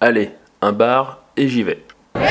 Allez, un bar et j'y vais.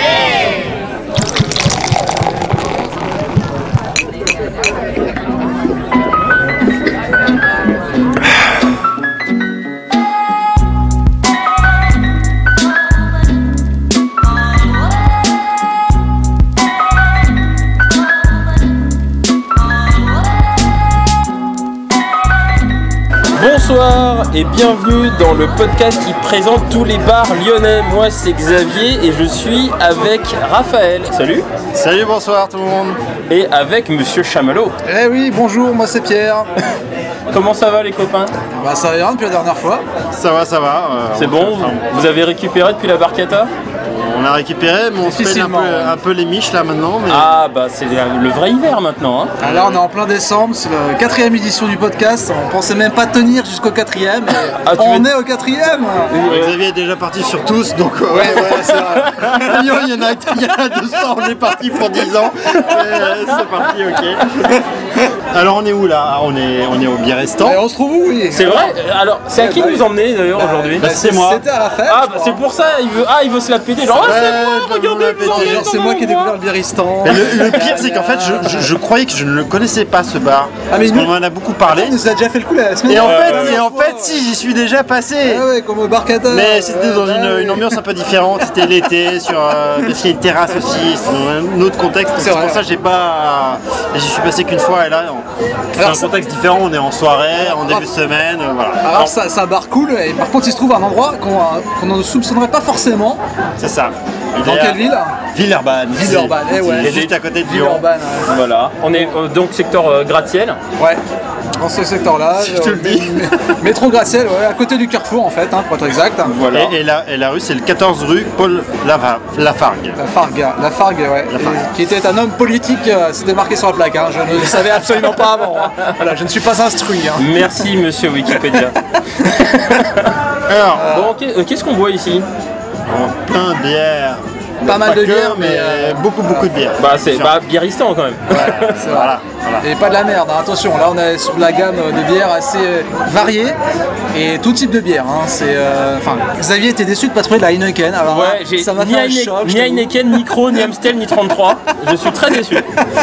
Bonsoir et bienvenue dans le podcast qui présente tous les bars lyonnais. Moi c'est Xavier et je suis avec Raphaël. Salut. Salut, bonsoir tout le monde. Et avec Monsieur Chamallow. Eh oui, bonjour, moi c'est Pierre. Comment ça va les copains? Bah ça va bien depuis la dernière fois. Ça va. C'est bon, vous avez récupéré depuis la Barcata? On a récupéré, mais on se peine un peu les miches là maintenant. Mais... Ah bah c'est le vrai hiver maintenant. Hein. Ah, là on est en plein décembre, c'est la 4e édition du podcast. On pensait même pas tenir jusqu'au 4e. On est au 4e. Xavier est déjà parti sur tous, donc ouais, c'est vrai. il y en a 200, on est parti pour 10 ans. C'est parti, ok. Alors on est où là? On est au Bière-Restant. On se trouve où? Oui. C'est vrai. Alors c'est à qui vous emmenez d'ailleurs aujourd'hui? C'est moi. C'était à la fête. Ah bah c'est pour ça, il veut se la péter. Genre c'est moi, regardez, c'est moi qui ai découvert le Bière-Restant. Le pire c'est qu'en fait je croyais que je ne le connaissais pas ce bar. Parce qu'on m'en a beaucoup parlé. On nous a déjà fait le coup la semaine. Et en fait si, j'y suis déjà passé. Ah ouais, comme au Barcata. Mais c'était dans une ambiance un peu différente, c'était l'été, parce qu'il y a une terrasse aussi, c'est dans un autre contexte, c'est pour ça que j'y suis passé qu'une fois et là c'est un contexte différent, on est en soirée, en début de semaine, voilà. Alors c'est un bar cool, et par contre il se trouve à un endroit qu'on ne soupçonnerait pas forcément. C'est ça. Dans quelle ville? Villeurbanne. Villeurbanne, ouais. Juste à côté de Lyon. Villeurbanne, ouais. Voilà, on est donc secteur gratte-ciel. Ouais. Dans ce secteur-là, si je te le dis. Métro Gratte-Ciel, ouais, à côté du Carrefour en fait, pour être exact. Voilà. Et la rue c'est le 14 rue Paul Lafargue. Lafargue, ouais. Qui était un homme politique, c'était marqué sur la plaque, hein. Je ne le savais absolument pas avant. Hein. Voilà, je ne suis pas instruit. Hein. Merci monsieur Wikipédia. Alors, bon, qu'est-ce qu'on boit ici? Plein de bière. Pas mal de bière, mais beaucoup de bière. Bah c'est Bière-Restant quand même. Ouais, c'est voilà. Et pas de la merde, hein. Attention, là on est sur de la gamme de bières assez variée et tout type de bière. Hein. Xavier était déçu de ne pas trouver de la Heineken. Alors ouais, ça m'a fait un choc. Ni Heineken, ni Cro, ni Amstel, ni 33. Je suis très déçu.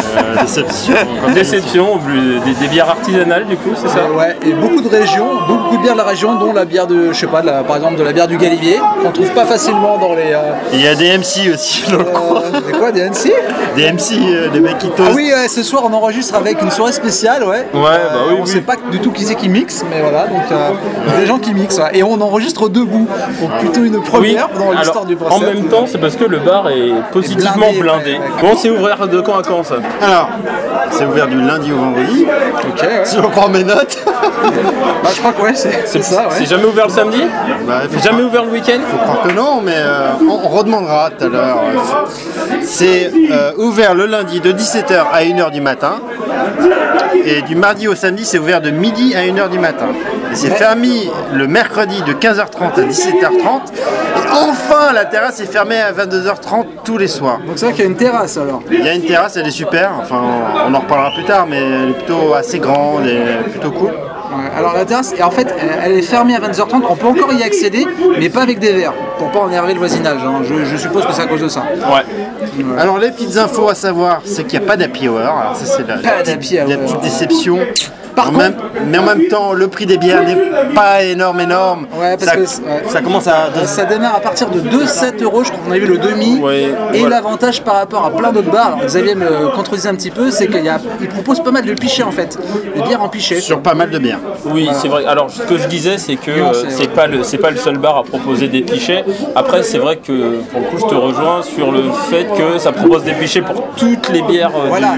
Déception, des bières artisanales du coup, c'est ça? Ouais, et beaucoup de régions, beaucoup de bières de la région, dont la bière de, par exemple de la bière du Galibier, qu'on trouve pas facilement dans les... Il y a des MC aussi. Des quoi, des MC? Des MC, des mecs qui toastent. Ah oui, ce soir on enregistre avec une soirée spéciale, ouais. On sait pas du tout qui c'est qui mixe, mais voilà, donc il y a des gens qui mixent, ouais. Et on enregistre debout, donc plutôt une première dans l'histoire du procès. En même temps, c'est parce que le bar est positivement blindé. Ouais. Bon, c'est ouvert de quand à quand ça? Alors, c'est ouvert du lundi au vendredi. Ok, ouais. Si on prend mes notes. Bah, je crois que ouais, c'est ça, ouais. C'est jamais ouvert le samedi? C'est jamais ouvert le week-end? Faut croire que non, mais on redemandera tout à l'heure. C'est ouvert le lundi de 17h à 1h du matin. Et du mardi au samedi, c'est ouvert de midi à 1h du matin. Et c'est fermé le mercredi de 15h30 à 17h30. Et enfin, la terrasse est fermée à 22h30 tous les soirs. Donc c'est vrai qu'il y a une terrasse alors. Il y a une terrasse, elle est super. Enfin, on en reparlera plus tard, mais elle est plutôt assez grande et plutôt cool. Ouais, alors la terrasse, et en fait, elle est fermée à 22h30, on peut encore y accéder, mais pas avec des verres, pour pas énerver le voisinage. Hein. Je suppose que c'est à cause de ça. Ouais. Alors les petites infos à savoir, c'est qu'il n'y a pas d'happy hour. Alors ça c'est la petite déception. Mais en même temps, le prix des bières n'est pas énorme. Ouais, parce ça commence à... Ça démarre à partir de 2,7 €, je crois qu'on a vu le demi. Ouais, et voilà. L'avantage par rapport à plein d'autres bars, alors Xavier me contredisait un petit peu, c'est qu'il propose pas mal de pichets en fait. Des bières en pichet. Sur pas mal de bières. Oui, voilà. C'est vrai. Alors ce que je disais, c'est que c'est pas le seul bar à proposer des pichets. Après, c'est vrai que pour le coup, je te rejoins sur le fait que ça propose des pichets pour toutes les bières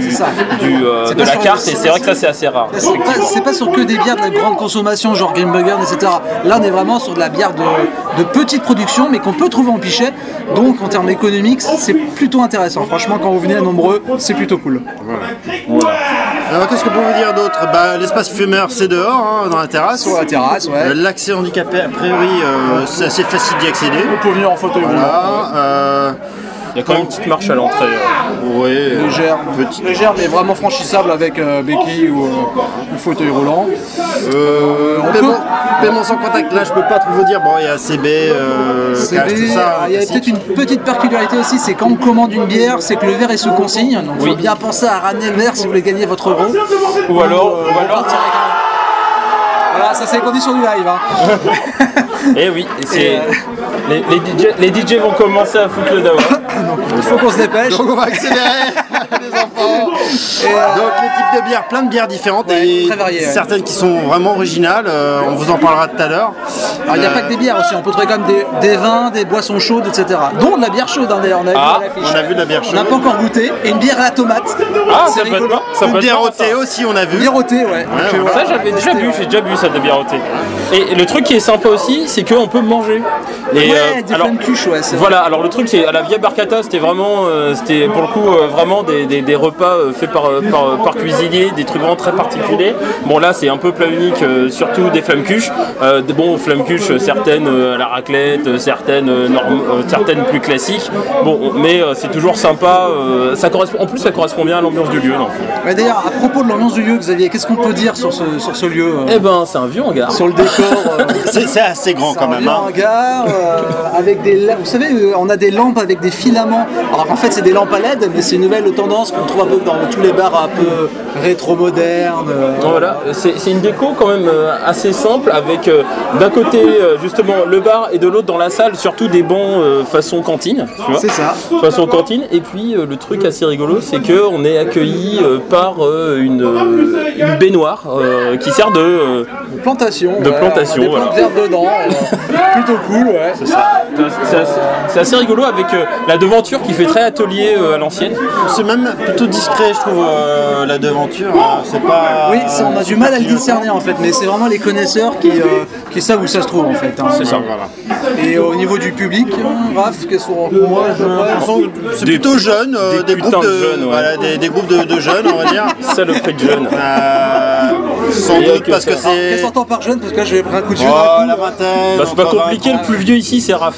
de la carte. Et c'est vrai que ça, c'est assez rare. C'est pas sur que des bières de la grande consommation, genre Grimbergen, etc. Là, on est vraiment sur de la bière de petite production, mais qu'on peut trouver en pichet. Donc, en termes économiques, c'est plutôt intéressant. Franchement, quand vous venez nombreux, c'est plutôt cool. Voilà. Alors, qu'est-ce que peut vous dire d'autre? L'espace fumeur, c'est dehors, dans la terrasse. Sur la terrasse, ouais. L'accès handicapé, a priori, c'est assez facile d'y accéder. On peut venir en fauteuil. Voilà. Il y a quand même une petite marche à l'entrée. Oui, légère, mais vraiment franchissable avec béquille ou fauteuil roulant. Paiement sans contact, là je peux pas trop vous dire. Bon, il y a CB, cash, tout ça. Il y a peut-être une petite particularité aussi, c'est quand on commande une bière, c'est que le verre est sous consigne. Donc il faut bien penser à ramener le verre si vous voulez gagner votre euro. Ou alors voilà, ça c'est les conditions du live. Hein. Et oui, les DJ vont commencer à foutre le dawa. Il faut qu'on se dépêche. Donc on va accélérer les enfants. Donc les types de bières, plein de bières différentes et très variées, certaines qui sont vraiment originales. On vous en parlera tout à l'heure. Alors il n'y a pas que des bières aussi, on peut trouver quand même des vins, des boissons chaudes, etc. Dont de la bière chaude, hein, d'ailleurs. On a vu de la bière chaude. On n'a pas encore goûté. Et une bière à la tomate. Ah, ça peut être ça. Une bière au thé aussi, on a vu. Bière au thé, ouais. Ça j'avais déjà bu, j'ai déjà bu ça de bière au thé. Et le truc qui est sympa aussi, c'est qu'on peut manger. Des flammes cuches, Voilà, alors le truc c'est à la Via Barcata, c'était vraiment, c'était pour le coup vraiment des repas faits par cuisiniers, des trucs vraiment très particuliers. Bon là c'est un peu plat unique, surtout des flammes cuches. Des bons flammes cuches, certaines à la raclette, certaines plus classiques. Bon, mais c'est toujours sympa. Ça correspond, en plus ça correspond bien à l'ambiance du lieu. D'ailleurs, à propos de l'ambiance du lieu, Xavier, qu'est-ce qu'on peut dire sur ce lieu Eh ben, c'est un vieux hangar. Sur le décor. C'est assez grand quand même. Un hangar avec des, vous savez, on a des lampes avec des filaments. Alors qu'en fait, c'est des lampes à LED, mais c'est une nouvelle tendance qu'on trouve un peu dans tous les bars un peu rétro-modernes. Voilà, c'est une déco quand même assez simple avec d'un côté justement le bar et de l'autre dans la salle surtout des bancs façon cantine. C'est ça. Façon cantine. Et puis le truc assez rigolo, c'est que on est accueilli par une baignoire qui sert de plantation. De plantation. Des plantes vertes dedans. Plutôt cool, ouais. C'est ça. C'est assez rigolo avec la devanture qui fait très atelier à l'ancienne. C'est même plutôt discret, je trouve, la devanture. C'est pas. Oui, on a du mal à le discerner en fait, mais c'est vraiment les connaisseurs qui savent où ça se trouve en fait. Hein. C'est ça. Voilà. Et au niveau du public, Raph, qu'est-ce qu'on c'est plutôt jeune, des groupes de jeunes, voilà, des groupes de jeunes, on va dire. Saloperie de jeunes. Sans doute parce que c'est. Qu'est-ce qu'on entend par jeune? Parce que là je vais prendre un coup de jeu. Oh, la vingtaine. Bah, c'est pas compliqué, le plus vieux ici c'est Raph.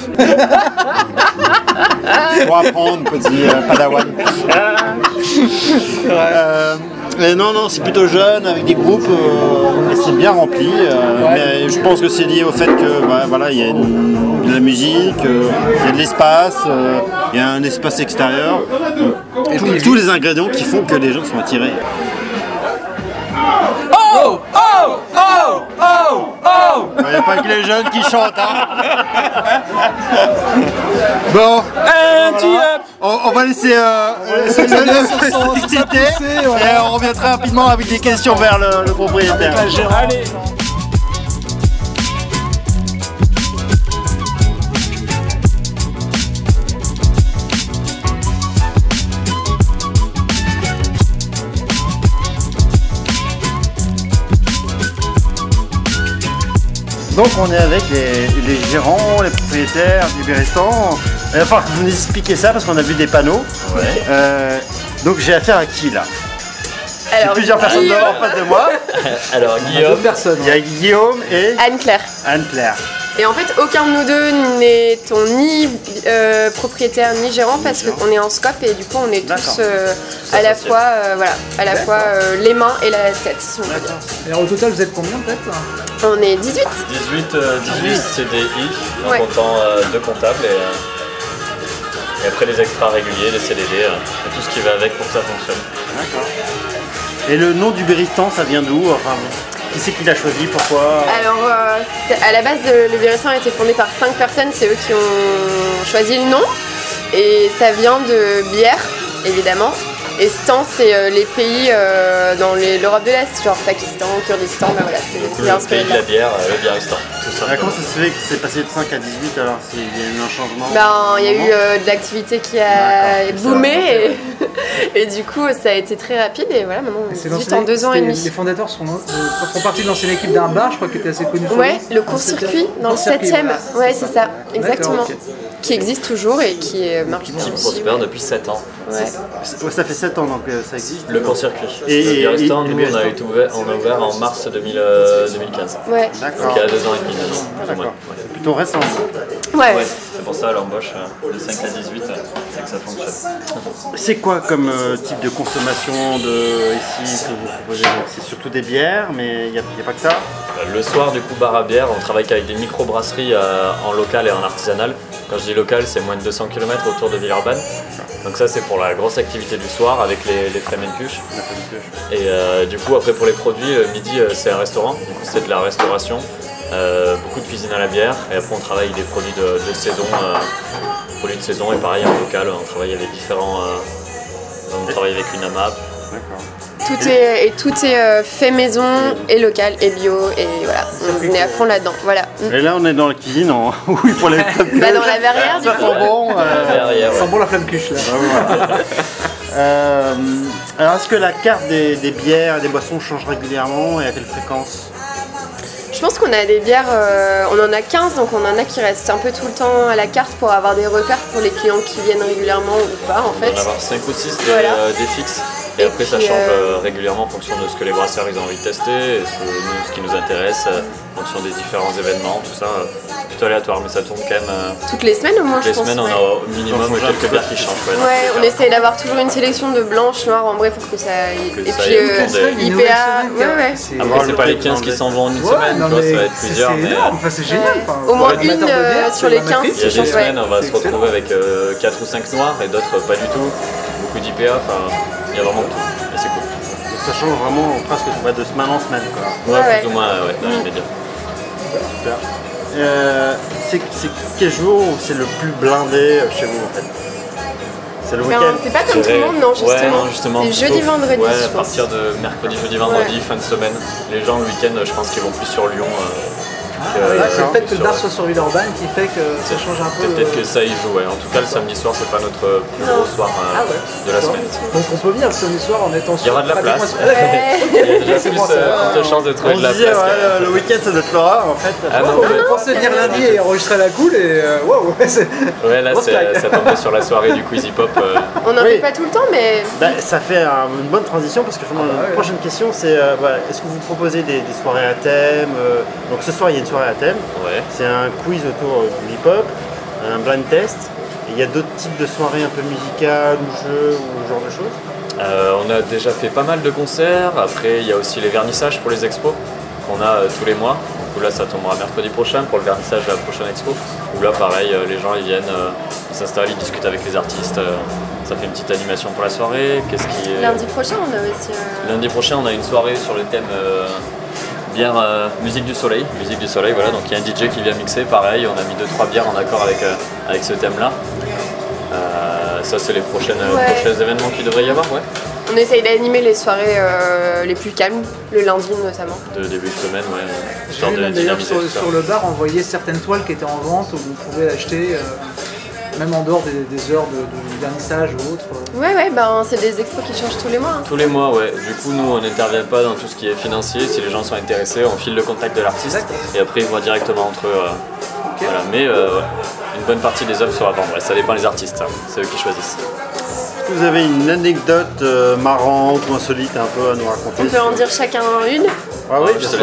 Pour apprendre, petit padawan. Non, c'est plutôt jeune avec des groupes et c'est bien rempli. Mais je pense que c'est lié au fait que voilà, il y a de la musique, il y a de l'espace, il y a un espace extérieur. Tous les ingrédients qui font que les gens sont attirés. Oh, oh, oh, oh, oh. Il n'y a pas que les jeunes qui chantent. Hein. Bon, on va laisser s'exciter et on revient très rapidement avec des questions vers le propriétaire. Allez. Donc on est avec les gérants, les propriétaires du restaurant. Il va falloir que vous nous expliquiez ça parce qu'on a vu des panneaux. Ouais. Donc j'ai affaire à qui là? J'ai plusieurs personnes en face de moi. Alors Guillaume, il y a Guillaume et Anne-Claire. Anne-Claire. Et en fait, aucun de nous deux n'étant ni propriétaire ni gérant parce qu'on est en scope et du coup on est tous à la fois, les mains et la tête. Si on peut dire. Et au total, vous êtes combien peut-être? On est 18. 18 CDI en comptant 2 comptables et après les extras réguliers, les CDD, et tout ce qui va avec pour que ça fonctionne. D'accord. Et le nom du Béristan, ça vient d'où? Enfin, qui c'est qui l'a choisi? Pourquoi? Alors, à la base, le Béristan a été fondé par 5 personnes, c'est eux qui ont choisi le nom. Et ça vient de bière, évidemment. Et Stan, c'est les pays dans l'Europe de l'Est, genre Pakistan, Kurdistan, voilà, c'est le pays de la bière, le Béristan, tout simplement. Comment ça se fait que c'est passé de 5 à 18 alors s'il y a eu un changement? Il y a eu de l'activité qui a boomé et du coup ça a été très rapide et voilà, maintenant on est 18 en 2 ans et demi. Les fondateurs font partie de l'ancienne équipe d'un bar, je crois, qui était assez connu. Ouais, le court-circuit dans le 7ème, ouais c'est ça, exactement. Okay. Qui existe toujours et qui marche bien. Qui prospère depuis 7 ans. Ouais. Ça fait 7 ans donc ça existe. Le court-circuit. Et le Béristan, nous on a ouvert en mars 2015. Ouais. Donc il y a 2 ans et demi maintenant. D'accord. C'est plutôt récent. Ouais. C'est pour ça l'embauche de 5 à 18, c'est que ça fonctionne. C'est quoi comme type de consommation ici que vous proposez? C'est surtout des bières, mais il n'y a pas que ça? Le soir, du coup, bar à bière, on travaille qu'avec des micro-brasseries en local et en artisanal. Quand je dis local, c'est moins de 200 km autour de Villeurbanne. Donc ça, c'est pour la grosse activité du soir avec les Flemenkuche. Et du coup, après pour les produits, midi, c'est un restaurant. Du coup, c'est de la restauration. Beaucoup de cuisine à la bière. Et après, on travaille des produits de saison. Produits de saison et pareil, en local, on travaille avec différents... on travaille avec une AMAP. Tout est fait maison et local et bio et voilà, on est à fond là-dedans. Voilà. Et là on est dans la cuisine, oui pour les Flemenkuche. Dans la verrière du coup. Ça sent bon. Ça sent bon la Flemenkuche là. Alors est-ce que la carte des bières et des boissons change régulièrement et à quelle fréquence? Je pense qu'on a des bières, on en a 15, donc on en a qui restent un peu tout le temps à la carte pour avoir des repères pour les clients qui viennent régulièrement ou pas en fait. On va avoir 5 ou 6 des fixes. Et après, ça puis, change régulièrement en fonction de ce que les brasseurs ils ont envie de tester, ce qui nous intéresse, en fonction des différents événements, tout ça. Plutôt aléatoire, mais ça tourne quand même. Toutes les semaines au moins, je pense. Toutes les semaines, on a au minimum quelques bières qui changent. Ouais, on essaye d'avoir toujours une sélection de blanches, noires, ambrées pour que ça. Et puis IPA. Ouais. Après, c'est pas les 15 qui s'en vont en une semaine, ça va être plusieurs. C'est génial. Au moins une sur les 15 qui changent. Il y a des semaines, on va se retrouver avec 4 ou 5 noirs et d'autres pas du tout. Beaucoup d'IPA, il y a vraiment tout, et c'est cool. Donc ça change vraiment presque de semaine en semaine quoi. Ouais, plus ou moins, dans l'immédiat. Super. C'est quel jour où c'est le plus blindé chez vous en fait? C'est le week-end? C'est pas comme tout le monde, non, justement. Ouais, non, justement. C'est jeudi, vendredi. Ouais, à partir de mercredi, jeudi, vendredi, fin de semaine. Les gens, le week-end, je pense qu'ils vont plus sur Lyon. C'est le fait que le bar soit sur Villeurbanne qui fait que ça change un peu. Peut-être que ça y joue, ouais. En tout cas, le samedi soir, c'est pas notre plus gros soir de la semaine. Donc on peut venir le samedi soir en étant sur. Il y aura de la place. Il y a déjà plus de chances de trouver de la place. Le week-end, ça doit être l'horreur en fait. On pensait venir lundi et enregistrer la cool et waouh. Ouais, là, ça tombe sur la soirée du Quizy Pop. On n'en fait pas tout le temps, mais. Ça fait une bonne transition parce que la prochaine question, c'est est-ce que vous proposez des soirées à thème? Donc ce soir, il y a une soirée à thème. Ouais. C'est un quiz autour du hip-hop, un blind test. Et il y a d'autres types de soirées un peu musicales ou jeux ou ce genre de choses? On a déjà fait pas mal de concerts. Après, il y a aussi les vernissages pour les expos qu'on a tous les mois. Du coup, là, ça tombera mercredi prochain pour le vernissage de la prochaine expo. Où là, pareil, les gens ils viennent, ils s'installent, ils discutent avec les artistes. Ça fait une petite animation pour la soirée. Lundi prochain, on a aussi. Lundi prochain, on a une soirée sur le thème. Bière musique du soleil, voilà, donc il y a un DJ qui vient mixer, pareil, on a mis 2-3 bières en accord avec ce thème-là. Ça c'est les prochains événements qu'il devrait y avoir, ouais. On essaye d'animer les soirées les plus calmes, le lundi notamment. De début de semaine, ouais. J'ai vu d'ailleurs sur le bar, on voyait certaines toiles qui étaient en vente, où vous pouvez acheter, même en dehors des heures de vernissage ou autre. Ouais, c'est des expos qui changent tous les mois. Tous les mois, ouais. Du coup, nous, on n'intervient pas dans tout ce qui est financier. Si les gens sont intéressés, on file le contact de l'artiste et après, ils voient directement entre eux. Voilà. Mais une bonne partie des œuvres sera à vendre. Ça dépend des artistes, c'est eux qui choisissent. Est-ce que vous avez une anecdote marrante ou insolite un peu à nous raconter? On peut en dire chacun une. Ah oui, bien sûr.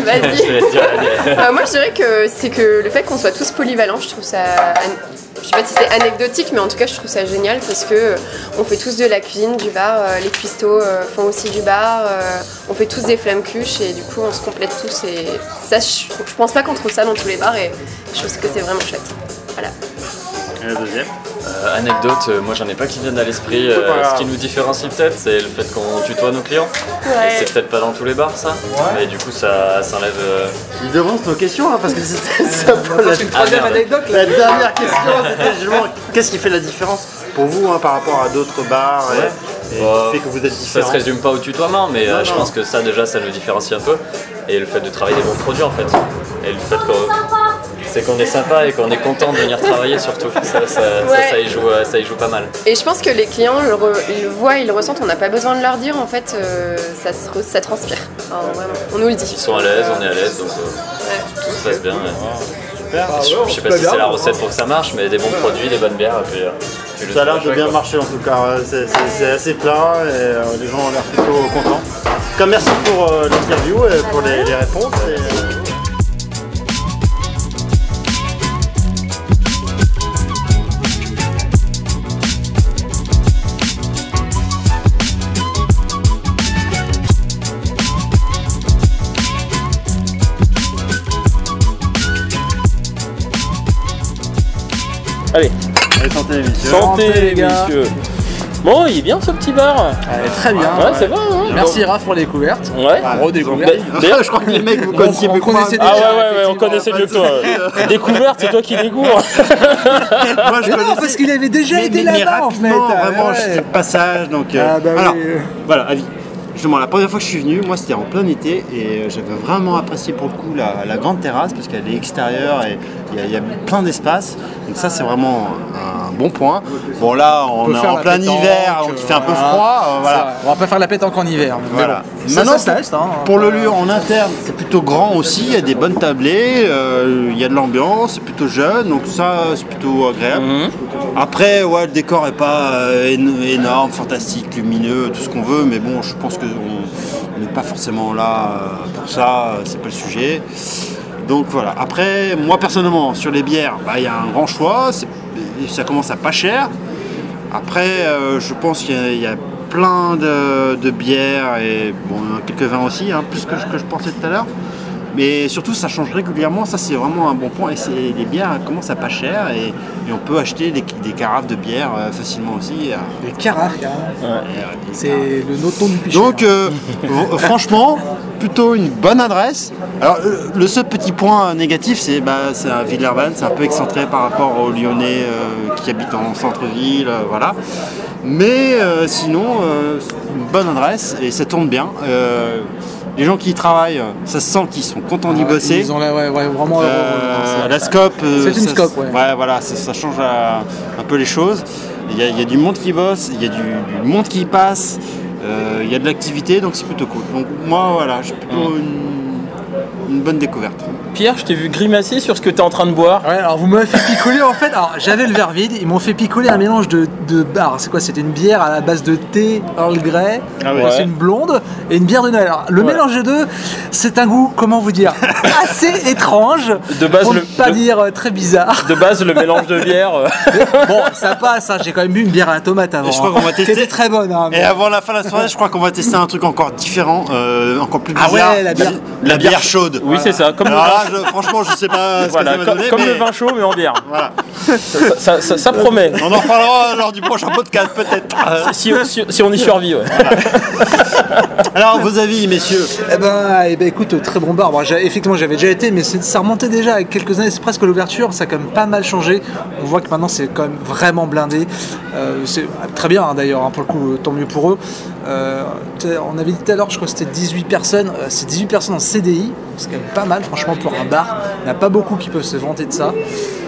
Vas-y. Moi, je dirais que c'est que le fait qu'on soit tous polyvalents, je trouve ça. Je sais pas si c'est anecdotique, mais en tout cas, je trouve ça génial parce que on fait tous de la cuisine, du bar. Les cuistots font aussi du bar. On fait tous des Flemenkuche et du coup, on se complète tous. Et ça, je pense pas qu'on trouve ça dans tous les bars et je trouve que c'est vraiment chouette. Voilà. Et la deuxième? Anecdote, moi j'en ai pas qui viennent à l'esprit. Ce qui nous différencie peut-être, c'est le fait qu'on tutoie nos clients. Ouais. C'est peut-être pas dans tous les bars ça, mais du coup ça s'enlève. Il devance nos questions parce que c'était ça. Une troisième anecdote. La dernière question, c'était justement qu'est-ce qui fait la différence pour vous par rapport à d'autres bars et qui fait que vous êtes différents? Ça se résume pas au tutoiement, mais je pense que ça déjà ça nous différencie un peu. Et le fait de travailler des bons produits en fait. Et le fait qu'on est sympa et qu'on est content de venir travailler surtout. Ça y joue pas mal. Et je pense que les clients ils le voient, ils le ressentent, on n'a pas besoin de leur dire en fait, ça transpire. Enfin, vraiment, on nous le dit. Ils sont à l'aise, on est à l'aise, donc tout se passe bien. Super. Je sais pas si c'est la recette pour que ça marche, mais des bons produits, des bonnes bières. Puis ça a l'air de bien marcher en tout cas, c'est assez plat et les gens ont l'air plutôt contents. En tout cas, merci pour l'interview et pour les réponses. Allez, santé, messieurs. Santé, les gars. messieurs. Bon, il est bien ce petit bar. Très bien. Ouais, c'est bon. Hein. Merci Raph pour les découvertes. Ouais. Redécouverte. D'ailleurs, Je crois que les mecs, vous connaissiez mieux que moi. connaissait Ah déjà, ouais, on connaissait mieux que toi. Découverte, c'est toi qui découvre. Moi, je Mais non, connaissais. parce qu'il avait déjà été mais là-bas en fait. rapidement, vraiment, Ouais. j'étais de passage. Donc, Ah bah alors, oui. voilà, avis. Justement, la première fois que je suis venu, moi c'était en plein été et j'avais vraiment apprécié pour le coup la grande terrasse parce qu'elle est extérieure et il y a plein d'espace. Donc ça c'est vraiment un bon point. Bon là on peut est faire en la plein pétanque, hiver, donc il fait un peu voilà. froid. Voilà. On va pas faire la pétanque en hiver. Mais Voilà. bon. Ça Maintenant, se teste. Hein. Pour le lieu en interne, c'est plutôt grand aussi, il y a des bonnes tablées, il y a de l'ambiance, c'est plutôt jeune, donc ça c'est plutôt agréable. Après, ouais, le décor est pas énorme, fantastique, lumineux, tout ce qu'on veut, mais bon, je pense qu'on n'est pas forcément là pour ça, c'est pas le sujet. Donc voilà. Après, moi personnellement, sur les bières, il y a un grand choix, ça commence à pas cher. Après, je pense qu'il y a plein de bières et bon, quelques vins aussi, hein, plus que je pensais tout à l'heure. Mais surtout, ça change régulièrement. Ça, c'est vraiment un bon point. Et les bières commencent à pas cher et on peut acheter des carafes de bière facilement aussi. Les carafes, carrément. C'est le noton du pichet. Donc, franchement, plutôt une bonne adresse. Alors, le seul petit point négatif, c'est à Villeurbanne, c'est un peu excentré par rapport aux Lyonnais qui habitent en centre-ville, voilà. Mais sinon, une bonne adresse et ça tourne bien. Les gens qui y travaillent, ça se sent qu'ils sont contents d'y bosser. Ils ont vraiment. La scope, C'est une scope, ouais. Voilà, ça change un peu les choses. Il y a du monde qui bosse, il y a du monde qui y passe, il y a de l'activité, donc c'est plutôt cool. Donc moi, voilà, j'ai plutôt une bonne découverte. Pierre, je t'ai vu grimacer sur ce que tu es en train de boire. Ouais, alors vous m'avez fait picoler en fait. Alors j'avais le verre vide, ils m'ont fait picoler un mélange de c'est quoi? C'était une bière à la base de thé, Earl Grey, c'est une blonde et une bière de Noël. Alors, le mélange des deux, c'est un goût, comment vous dire, assez étrange. De base, pour ne pas dire très bizarre. De base, le mélange de bière. Bon, ça passe, hein. J'ai quand même bu une bière à la tomate avant. Et je crois qu'on va tester. C'était très bonne. Hein, Et avant la fin de la soirée, je crois qu'on va tester un truc encore différent, encore plus bizarre. Ah ouais, la bière chaude. Oui, c'est ça. Comme Alors là, franchement, je sais pas ce que ça va donner. Comme mais le vin chaud, mais en bière. Voilà. Ça promet. On en reparlera lors du prochain podcast, peut-être. Si on y survit, ouais. Alors, vos avis, messieurs? Eh ben, écoute, très bon bar. Bon, effectivement, j'avais déjà été, mais ça remontait déjà avec quelques années. C'est presque l'ouverture, ça a quand même pas mal changé. On voit que maintenant, c'est quand même vraiment blindé. C'est très bien, hein, d'ailleurs, hein, pour le coup, tant mieux pour eux. On avait dit tout à l'heure, je crois que c'était 18 personnes. C'est 18 personnes en CDI. C'est quand même pas mal, franchement, pour un bar. Il n'y en a pas beaucoup qui peuvent se vanter de ça.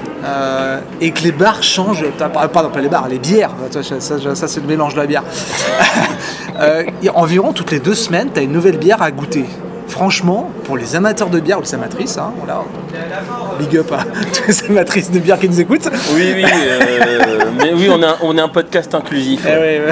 Et que les bars changent, pardon, pas les bars, les bières, ça c'est le mélange de la bière. Environ toutes les 2 semaines, tu as une nouvelle bière à goûter. Franchement, pour les amateurs de bière ou les amatrices, hein, voilà, big up à toutes les amatrices de bière qui nous écoutent. Oui, mais oui, on est un podcast inclusif.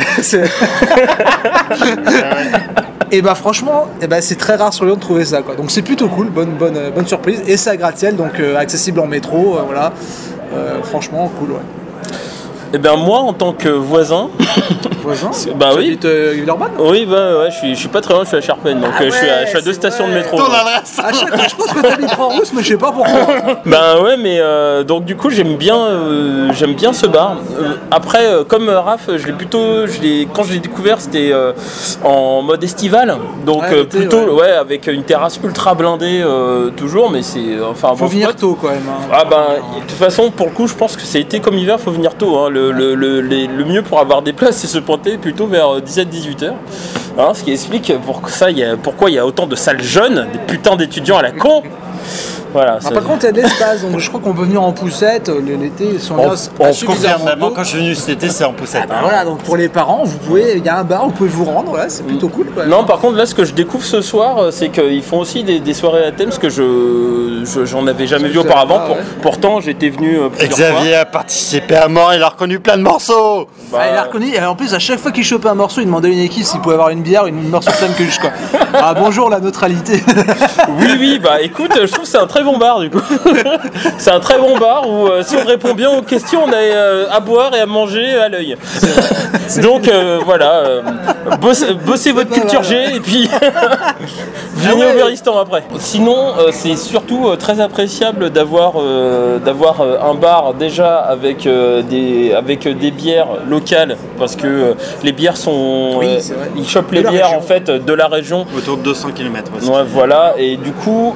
Et bah franchement, c'est très rare sur Lyon de trouver ça, quoi. Donc c'est plutôt cool, bonne surprise. Et c'est à gratte-ciel, donc accessible en métro, voilà. Franchement, cool, ouais. Eh bien moi, en tant que voisin... Voisin? Bah tu oui. habites Villeurbanne? Oui, ouais, je suis pas très loin, je suis à Charpennes, donc je suis à 2 stations de métro. Ton adresse. Je pense que t'habites Port-Rousse, mais je sais pas pourquoi. Ben ouais, mais donc du coup j'aime bien ce bar. Après, comme Raph, quand je l'ai découvert, c'était en mode estival, donc plutôt avec une terrasse ultra blindée toujours, mais c'est enfin. Faut venir tôt quand même. Hein. Ah ben de toute façon, pour le coup, je pense que c'est été comme hiver, faut venir tôt. Hein. Le mieux pour avoir des places, c'est se pointer plutôt vers 17-18 heures. Hein, ce qui explique pourquoi il y a autant de salles jeunes, des putains d'étudiants à la con. Voilà, par contre, il y a de l'espace, donc je crois qu'on peut venir en poussette l'été. Si on confirme, moi quand je suis venu cet été, c'est en poussette. Voilà, donc pour les parents, il y a un bar, vous pouvez vous rendre, voilà, c'est plutôt cool. Quoi. Non, par contre, là, ce que je découvre ce soir, c'est qu'ils font aussi des soirées à thème, ce que j'en avais jamais vu auparavant. Pourtant, j'étais venu plusieurs fois. Xavier a participé à mort, il a reconnu plein de morceaux. Il a reconnu, et en plus, à chaque fois qu'il chopait un morceau, il demandait à une équipe s'il pouvait avoir une bière, une morceau de Sam Cuche, quoi. Ah, bonjour la neutralité. Oui, bah écoute, je trouve que c'est un très très bon bar du coup. C'est un très bon bar où si on répond bien aux questions, on a à boire et à manger à l'œil. Donc voilà, bossez votre culture G et puis venez au Béristan après. Sinon, c'est surtout très appréciable d'avoir un bar déjà avec des bières locales parce que les bières sont... ils chopent les bières en fait de la région. Autour de 200 km. Ouais, voilà, et du coup,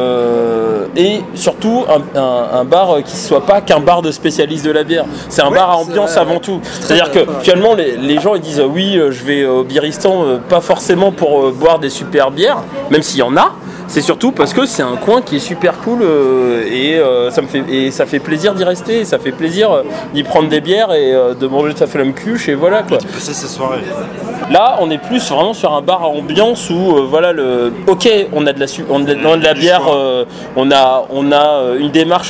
et surtout un bar qui soit pas qu'un bar de spécialistes de la bière. C'est un bar à ambiance avant tout. C'est-à-dire que actuellement les gens ils disent oui, je vais au Béristan pas forcément pour boire des super bières, même s'il y en a. C'est surtout parce que c'est un coin qui est super cool et ça fait plaisir d'y rester, et ça fait plaisir d'y prendre des bières et de manger de sa flamme-cuche et voilà quoi. Tu peux passer sa soirée. Là, on est plus vraiment sur un bar à ambiance où on a de la bière, on a une démarche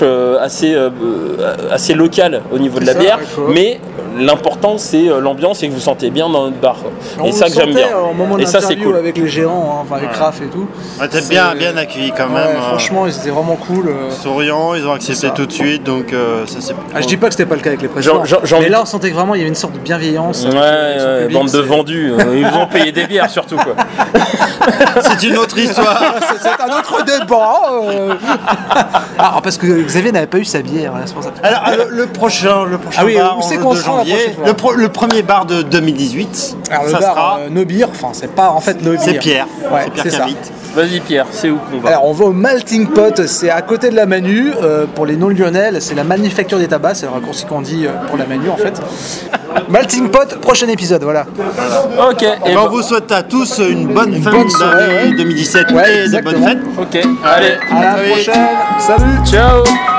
assez locale au niveau de la bière, mais l'important c'est l'ambiance et que vous sentez bien dans notre bar. Et ça que j'aime bien. Au moment de et ça c'est cool. Avec les gérants, les crafts et tout. Ouais, t'es bien accueilli quand même. Franchement, ils étaient vraiment cool. Souriants, ils ont accepté tout de suite, donc ça c'est. Je dis pas que c'était pas le cas avec les précédents. Mais là, on sentait que vraiment il y avait une sorte de bienveillance. Ouais, bande de vendus. Ils vous ont payé des bières surtout quoi. C'est une autre histoire. C'est un autre débat. Alors parce que Xavier n'avait pas eu sa bière, c'est pour ça. Alors le prochain bar de janvier, le premier bar de 2018. Alors ça le bar sera No Beer, enfin c'est pas en fait No Beer. C'est Pierre. Ouais, c'est Pierre qui invite. Vas-y Pierre, c'est où qu'on va? Alors on va au Malting Pot, c'est à côté de la Manu. Pour les non-lyonnais, c'est la manufacture des tabacs, c'est le raccourci qu'on dit pour la Manu en fait. Malting Pot, prochain épisode, voilà. Ok. Et on vous souhaite à tous une bonne fin d'année 2017 et de bonnes fêtes. Ok. Allez, à la prochaine. Salut. Ciao.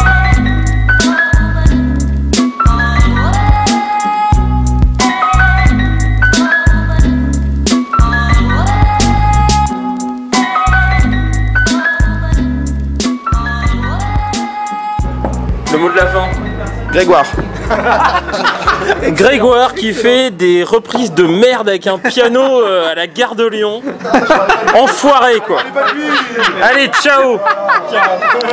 Le mot de la fin. Grégoire. Grégoire qui fait des reprises de merde avec un piano à la gare de Lyon. Enfoiré quoi. Allez, ciao.